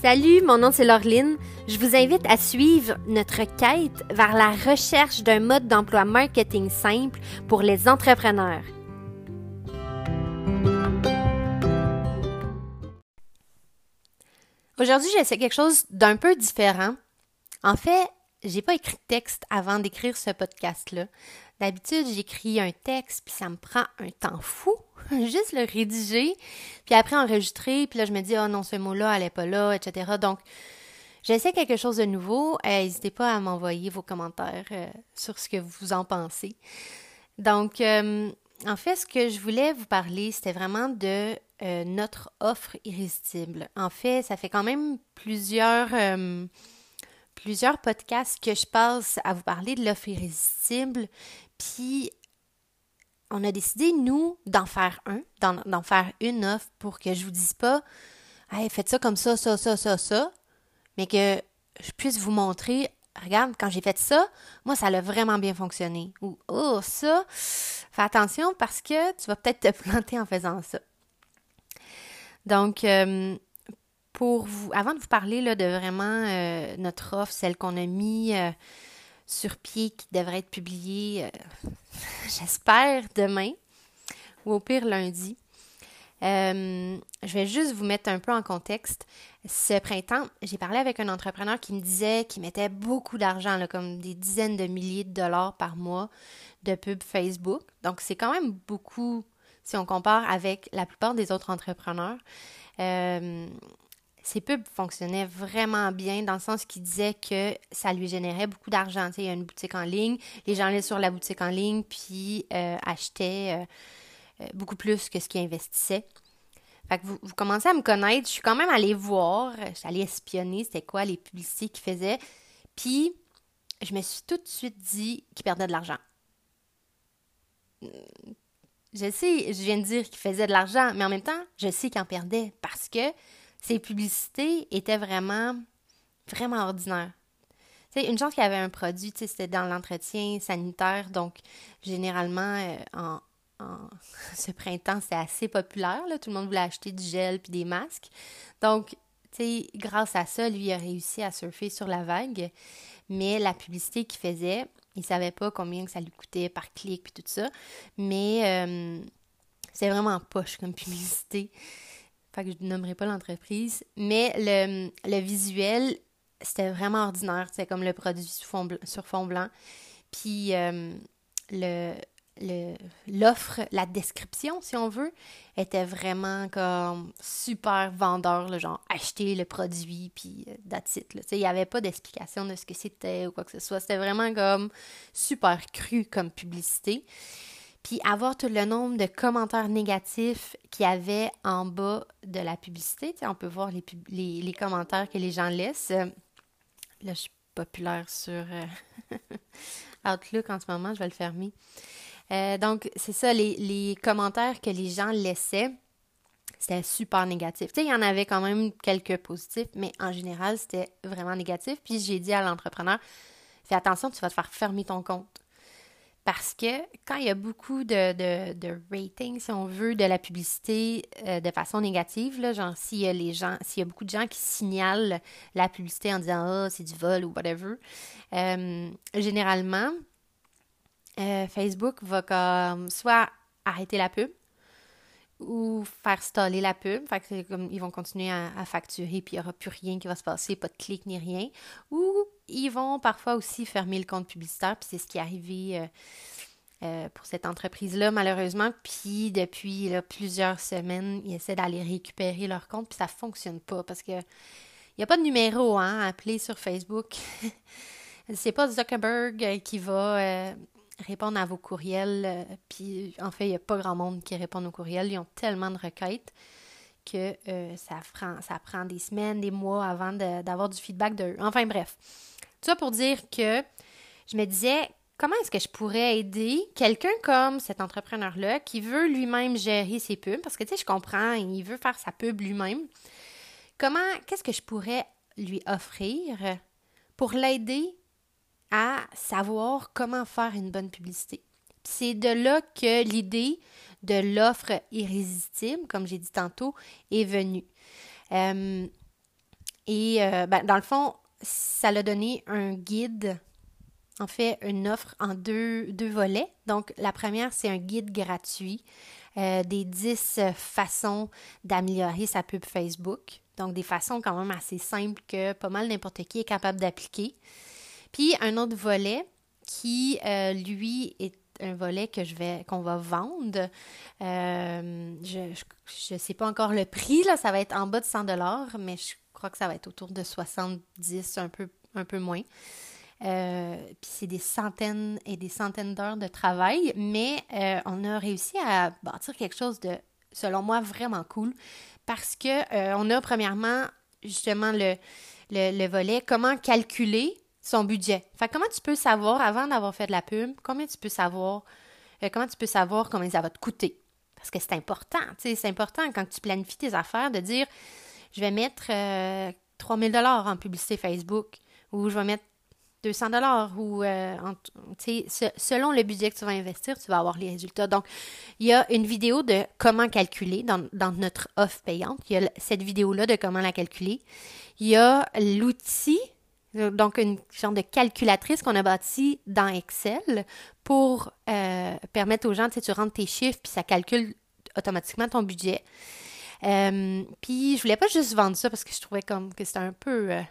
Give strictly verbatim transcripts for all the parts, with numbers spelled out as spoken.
Salut, mon nom c'est Laureline. Je vous invite à suivre notre quête vers la recherche d'un mode d'emploi marketing simple pour les entrepreneurs. Aujourd'hui, j'essaie quelque chose d'un peu différent. En fait, j'ai pas écrit de texte avant d'écrire ce podcast-là. D'habitude, j'écris un texte, puis ça me prend un temps fou, juste le rédiger, puis après enregistrer, puis là, je me dis « Ah oh non, ce mot-là, elle est pas là, et cetera » Donc, j'essaie quelque chose de nouveau. Euh, n'hésitez pas à m'envoyer vos commentaires euh, sur ce que vous en pensez. Donc, euh, en fait, ce que je voulais vous parler, c'était vraiment de euh, notre offre irrésistible. En fait, ça fait quand même plusieurs... Euh, plusieurs podcasts que je passe à vous parler de l'offre irrésistible, puis on a décidé, nous, d'en faire un, d'en, d'en faire une offre pour que je vous dise pas « Hey, faites ça comme ça, ça, ça, ça, ça », mais que je puisse vous montrer « Regarde, quand j'ai fait ça, moi, ça a vraiment bien fonctionné » ou « Oh, ça, fais attention parce que tu vas peut-être te planter en faisant ça ». Donc, euh, Pour vous, avant de vous parler là, de vraiment euh, notre offre, celle qu'on a mis euh, sur pied, qui devrait être publiée, euh, j'espère, demain, ou au pire lundi, euh, je vais juste vous mettre un peu en contexte. Ce printemps, j'ai parlé avec un entrepreneur qui me disait qu'il mettait beaucoup d'argent, là, comme des dizaines de milliers de dollars par mois de pub Facebook. Donc, c'est quand même beaucoup si on compare avec la plupart des autres entrepreneurs. Euh, Ces pubs fonctionnaient vraiment bien dans le sens qu'il disait que ça lui générait beaucoup d'argent. Tu sais, il y a une boutique en ligne, les gens allaient sur la boutique en ligne puis euh, achetaient euh, euh, beaucoup plus que ce qu'ils investissaient. Fait que vous, vous commencez à me connaître. Je suis quand même allée voir, je suis allée espionner c'était quoi les publicités qu'il faisait. Puis, je me suis tout de suite dit qu'il perdait de l'argent. Je sais, je viens de dire qu'il faisait de l'argent, mais en même temps, je sais qu'il en perdait parce que ces publicités étaient vraiment, vraiment ordinaires. Tu sais, une chance qu'il y avait un produit, tu sais, c'était dans l'entretien sanitaire, donc généralement, euh, en, en ce printemps, c'était assez populaire, là, tout le monde voulait acheter du gel puis des masques. Donc, tu sais, grâce à ça, lui, il a réussi à surfer sur la vague, mais la publicité qu'il faisait, il ne savait pas combien que ça lui coûtait par clic puis tout ça, mais euh, c'est vraiment poche comme publicité. Fait que je ne nommerai pas l'entreprise, mais le, le visuel, c'était vraiment ordinaire. C'était comme le produit sur fond blanc. Sur fond blanc. Puis euh, le, le, l'offre, la description, si on veut, était vraiment comme super vendeur, là, genre acheter le produit, puis euh, that's it. Là. Il n'y avait pas d'explication de ce que c'était ou quoi que ce soit. C'était vraiment comme super cru comme publicité. Puis avoir tout le nombre de commentaires négatifs qu'il y avait en bas de la publicité. Tu sais, on peut voir les, pub- les, les commentaires que les gens laissent. Là, je suis populaire sur euh, Outlook en ce moment, je vais le fermer. Euh, donc, c'est ça, les, les commentaires que les gens laissaient, c'était super négatif. Tu sais, il y en avait quand même quelques positifs, mais en général, c'était vraiment négatif. Puis j'ai dit à l'entrepreneur, fais attention, tu vas te faire fermer ton compte. Parce que quand il y a beaucoup de, de, de rating, si on veut, de la publicité euh, de façon négative, là, genre s'il y a les gens, s'il y a beaucoup de gens qui signalent la publicité en disant « Ah, c'est du vol » ou whatever, euh, généralement, euh, Facebook va comme soit arrêter la pub ou faire staller la pub. Fait que c'est comme ils vont continuer à, à facturer puis il n'y aura plus rien qui va se passer, pas de clic ni rien. Ou ils vont parfois aussi fermer le compte publicitaire, puis c'est ce qui est arrivé euh, euh, pour cette entreprise-là, malheureusement. Puis depuis là, plusieurs semaines, ils essaient d'aller récupérer leur compte, puis ça ne fonctionne pas parce que il n'y a pas de numéro hein, à appeler sur Facebook. C'est pas Zuckerberg qui va euh, répondre à vos courriels. Euh, puis en fait, il n'y a pas grand monde qui répond aux courriels. Ils ont tellement de requêtes que euh, ça, prend, ça prend des semaines, des mois avant de, d'avoir du feedback d'eux. Enfin bref, tout ça pour dire que je me disais, comment est-ce que je pourrais aider quelqu'un comme cet entrepreneur-là qui veut lui-même gérer ses pubs, parce que tu sais, je comprends, il veut faire sa pub lui-même. Comment, qu'est-ce que je pourrais lui offrir pour l'aider à savoir comment faire une bonne publicité? Puis c'est de là que l'idée de l'offre irrésistible, comme j'ai dit tantôt, est venue. Euh, Et euh, ben, dans le fond, ça l'a donné un guide, en fait, une offre en deux, deux volets. Donc, la première, c'est un guide gratuit euh, des dix façons d'améliorer sa pub Facebook. Donc, des façons quand même assez simples que pas mal n'importe qui est capable d'appliquer. Puis, un autre volet qui, euh, lui, est un volet que je vais qu'on va vendre. Euh, je ne sais pas encore le prix, là, ça va être en bas de cent dollars, mais je crois que ça va être autour de soixante-dix, un peu, un peu moins. Euh, puis c'est des centaines et des centaines d'heures de travail, mais euh, on a réussi à bâtir quelque chose de, selon moi, vraiment cool parce que euh, on a premièrement justement le, le, le volet comment calculer son budget. Fait que comment tu peux savoir, avant d'avoir fait de la pub, combien tu peux savoir, euh, comment tu peux savoir combien ça va te coûter. Parce que c'est important, tu sais, c'est important quand tu planifies tes affaires de dire, je vais mettre euh, trois mille dollars en publicité Facebook ou je vais mettre deux cents dollars ou, euh, tu sais, selon le budget que tu vas investir, tu vas avoir les résultats. Donc, il y a une vidéo de comment calculer dans, dans notre offre payante. Il y a cette vidéo-là de comment la calculer. Il y a l'outil, donc une genre de calculatrice qu'on a bâtie dans Excel pour euh, permettre aux gens, tu sais, tu rentres tes chiffres puis ça calcule automatiquement ton budget. Euh, puis je voulais pas juste vendre ça parce que je trouvais comme que c'était un peu euh,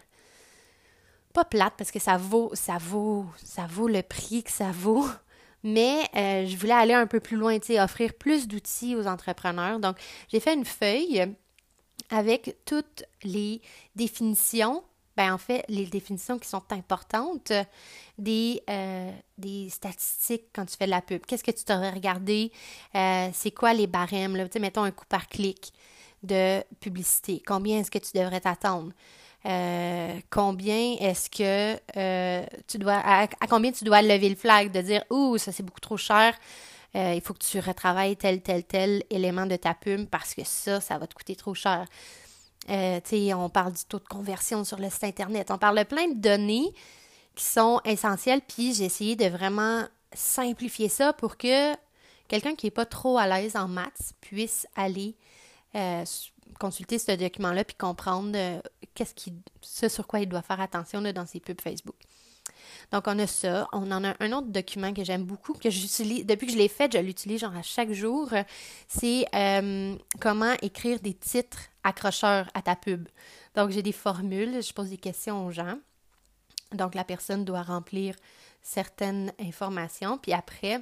pas plate parce que ça vaut ça vaut ça vaut le prix que ça vaut, mais euh, je voulais aller un peu plus loin, tu sais, offrir plus d'outils aux entrepreneurs. Donc j'ai fait une feuille avec toutes les définitions. Ben en fait, les définitions qui sont importantes des, euh, des statistiques quand tu fais de la pub. Qu'est-ce que tu devrais regarder? Euh, c'est quoi les barèmes? Là? Tu sais, mettons un coût par clic de publicité. Combien est-ce que tu devrais t'attendre? Euh, combien est-ce que euh, tu dois... À, à combien tu dois lever le flag de dire « Ouh, ça c'est beaucoup trop cher. Euh, il faut que tu retravailles tel, tel, tel élément de ta pub parce que ça, ça va te coûter trop cher. » Euh, tu sais, on parle du taux de conversion sur le site Internet. On parle de plein de données qui sont essentielles, puis j'ai essayé de vraiment simplifier ça pour que quelqu'un qui n'est pas trop à l'aise en maths puisse aller euh, consulter ce document-là puis comprendre euh, qu'est-ce qui, ce sur quoi il doit faire attention là, dans ses pubs Facebook. Donc, on a ça. On en a un autre document que j'aime beaucoup, que j'utilise, depuis que je l'ai fait, je l'utilise genre à chaque jour. C'est euh, comment écrire des titres accrocheurs à ta pub. Donc, j'ai des formules, je pose des questions aux gens. Donc, la personne doit remplir certaines informations. Puis après,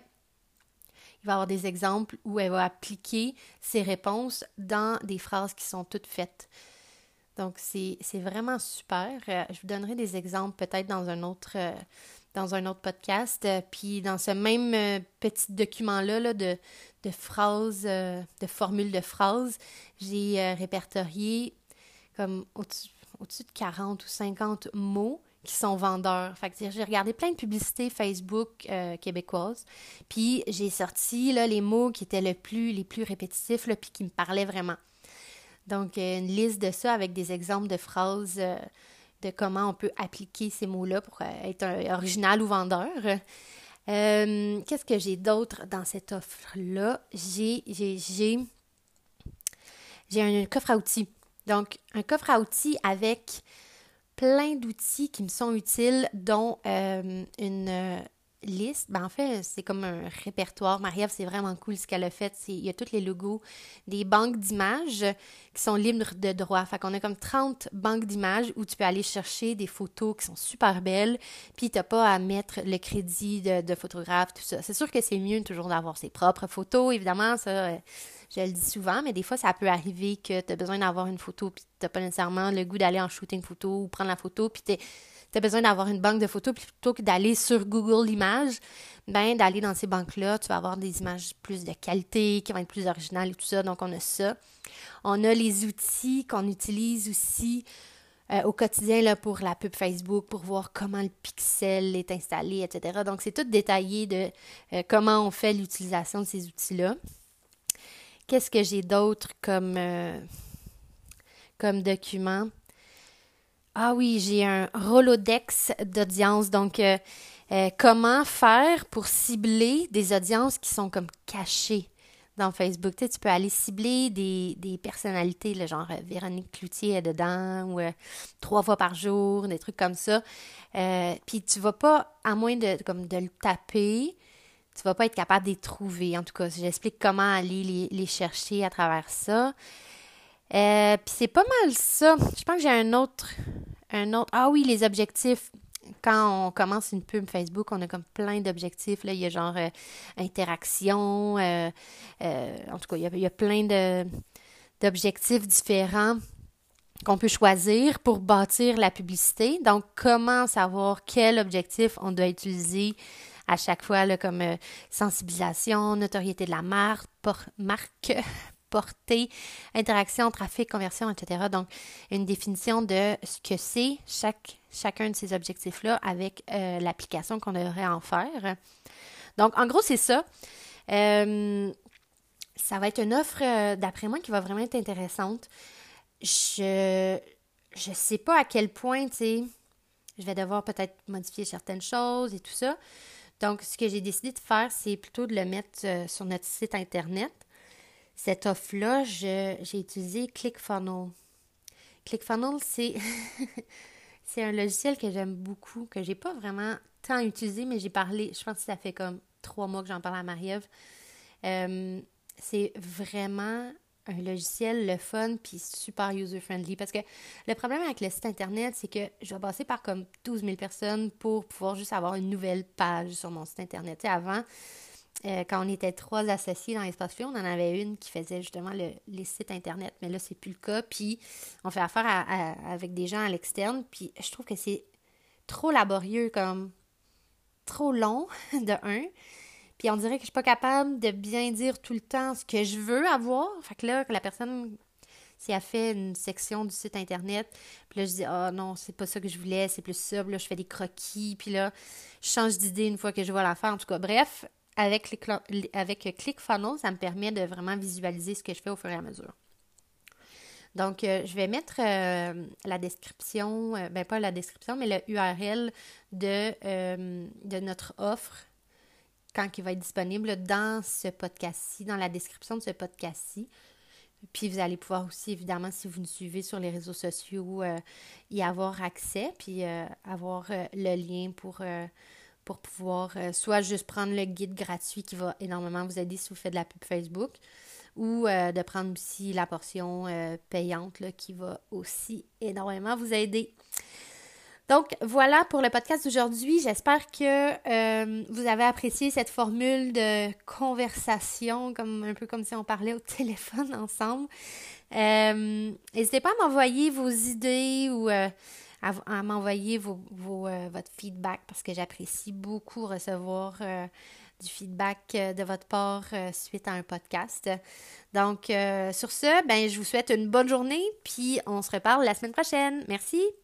il va y avoir des exemples où elle va appliquer ses réponses dans des phrases qui sont toutes faites. Donc, c'est, c'est vraiment super. Euh, je vous donnerai des exemples peut-être dans un autre, euh, dans un autre podcast. Euh, puis, dans ce même euh, petit document-là là, de, de phrases, euh, de formules de phrases, j'ai euh, répertorié comme au-dessus, au-dessus de quarante ou cinquante mots qui sont vendeurs. Fait que j'ai regardé plein de publicités Facebook euh, québécoises. Puis, j'ai sorti là, les mots qui étaient le plus, les plus répétitifs là, puis qui me parlaient vraiment. Donc, une liste de ça avec des exemples de phrases euh, de comment on peut appliquer ces mots-là pour euh, être un, original ou vendeur. Euh, qu'est-ce que j'ai d'autre dans cette offre-là? J'ai, j'ai, j'ai, j'ai un, un coffre à outils. Donc, un coffre à outils avec plein d'outils qui me sont utiles, dont euh, une... Euh, liste, ben en fait, c'est comme un répertoire. Marie-Ève, c'est vraiment cool ce qu'elle a fait. C'est, il y a tous les logos des banques d'images qui sont libres de droit. Fait qu'on a comme trente banques d'images où tu peux aller chercher des photos qui sont super belles, puis t'as pas à mettre le crédit de, de photographe, tout ça. C'est sûr que c'est mieux toujours d'avoir ses propres photos, évidemment, ça, euh, je le dis souvent, mais des fois, ça peut arriver que t'as besoin d'avoir une photo, puis t'as pas nécessairement le goût d'aller en shooter une photo ou prendre la photo, puis t'es tu as besoin d'avoir une banque de photos plutôt que d'aller sur Google Images, ben d'aller dans ces banques-là, tu vas avoir des images plus de qualité, qui vont être plus originales et tout ça. Donc, on a ça. On a les outils qu'on utilise aussi euh, au quotidien là, pour la pub Facebook, pour voir comment le pixel est installé, et cetera. Donc, c'est tout détaillé de euh, comment on fait l'utilisation de ces outils-là. Qu'est-ce que j'ai d'autre comme, euh, comme document? Ah oui, j'ai un Rolodex d'audience. Donc, euh, euh, comment faire pour cibler des audiences qui sont comme cachées dans Facebook. Tu sais, tu peux aller cibler des, des personnalités, là, genre euh, Véronique Cloutier est dedans, ou euh, trois fois par jour, des trucs comme ça. Euh, puis tu vas pas, à moins de, comme de le taper, tu vas pas être capable de les trouver. En tout cas, j'explique comment aller les, les chercher à travers ça. Euh, puis c'est pas mal ça. Je pense que j'ai un autre, un autre... Ah oui, les objectifs. Quand on commence une pub Facebook, on a comme plein d'objectifs. Là. Il y a genre euh, interaction. Euh, euh, en tout cas, il y a, il y a plein de, d'objectifs différents qu'on peut choisir pour bâtir la publicité. Donc, comment savoir quel objectif on doit utiliser à chaque fois, là, comme euh, sensibilisation, notoriété de la marque, por- marque, portée, interaction, trafic, conversion, et cetera. Donc, une définition de ce que c'est chaque, chacun de ces objectifs-là avec euh, l'application qu'on devrait en faire. Donc, en gros, c'est ça. Euh, ça va être une offre, euh, d'après moi, qui va vraiment être intéressante. Je je sais pas à quel point, tu sais, je vais devoir peut-être modifier certaines choses et tout ça. Donc, ce que j'ai décidé de faire, c'est plutôt de le mettre euh, sur notre site Internet. Cette offre-là, je, j'ai utilisé ClickFunnels. ClickFunnels, c'est, c'est un logiciel que j'aime beaucoup, que j'ai pas vraiment tant utilisé, mais j'ai parlé, je pense que ça fait comme trois mois que j'en parle à Marie-Ève. Euh, c'est vraiment un logiciel, le fun, puis super user-friendly. Parce que le problème avec le site Internet, c'est que je vais passer par comme douze mille personnes pour pouvoir juste avoir une nouvelle page sur mon site Internet. Tu sais, avant, euh, quand on était trois associés dans l'Espace Flux, on en avait une qui faisait justement le, les sites Internet. Mais là, c'est plus le cas. Puis, on fait affaire à, à, avec des gens à l'externe. Puis, je trouve que c'est trop laborieux, comme trop long, de un. Puis on dirait que je suis pas capable de bien dire tout le temps ce que je veux avoir. Fait que là, que la personne, si elle fait une section du site Internet, puis là, je dis « Ah oh, non, c'est pas ça que je voulais, c'est plus ça. » Puis là, je fais des croquis, puis là, je change d'idée une fois que je vois l'affaire. En tout cas, bref, avec, les, avec ClickFunnels, ça me permet de vraiment visualiser ce que je fais au fur et à mesure. Donc, euh, je vais mettre euh, la description, euh, ben pas la description, mais le U R L de, euh, de notre offre quand il va être disponible dans ce podcast-ci, dans la description de ce podcast-ci. Puis vous allez pouvoir aussi, évidemment, si vous nous suivez sur les réseaux sociaux, euh, y avoir accès, puis euh, avoir euh, le lien pour, euh, pour pouvoir euh, soit juste prendre le guide gratuit qui va énormément vous aider si vous faites de la pub Facebook, ou euh, de prendre aussi la portion euh, payante là, qui va aussi énormément vous aider. Donc, voilà pour le podcast d'aujourd'hui. J'espère que euh, vous avez apprécié cette formule de conversation, comme un peu comme si on parlait au téléphone ensemble. Euh, n'hésitez pas à m'envoyer vos idées ou euh, à, à m'envoyer vos, vos, euh, votre feedback parce que j'apprécie beaucoup recevoir euh, du feedback euh, de votre part euh, suite à un podcast. Donc, euh, sur ce, ben, je vous souhaite une bonne journée puis on se reparle la semaine prochaine. Merci!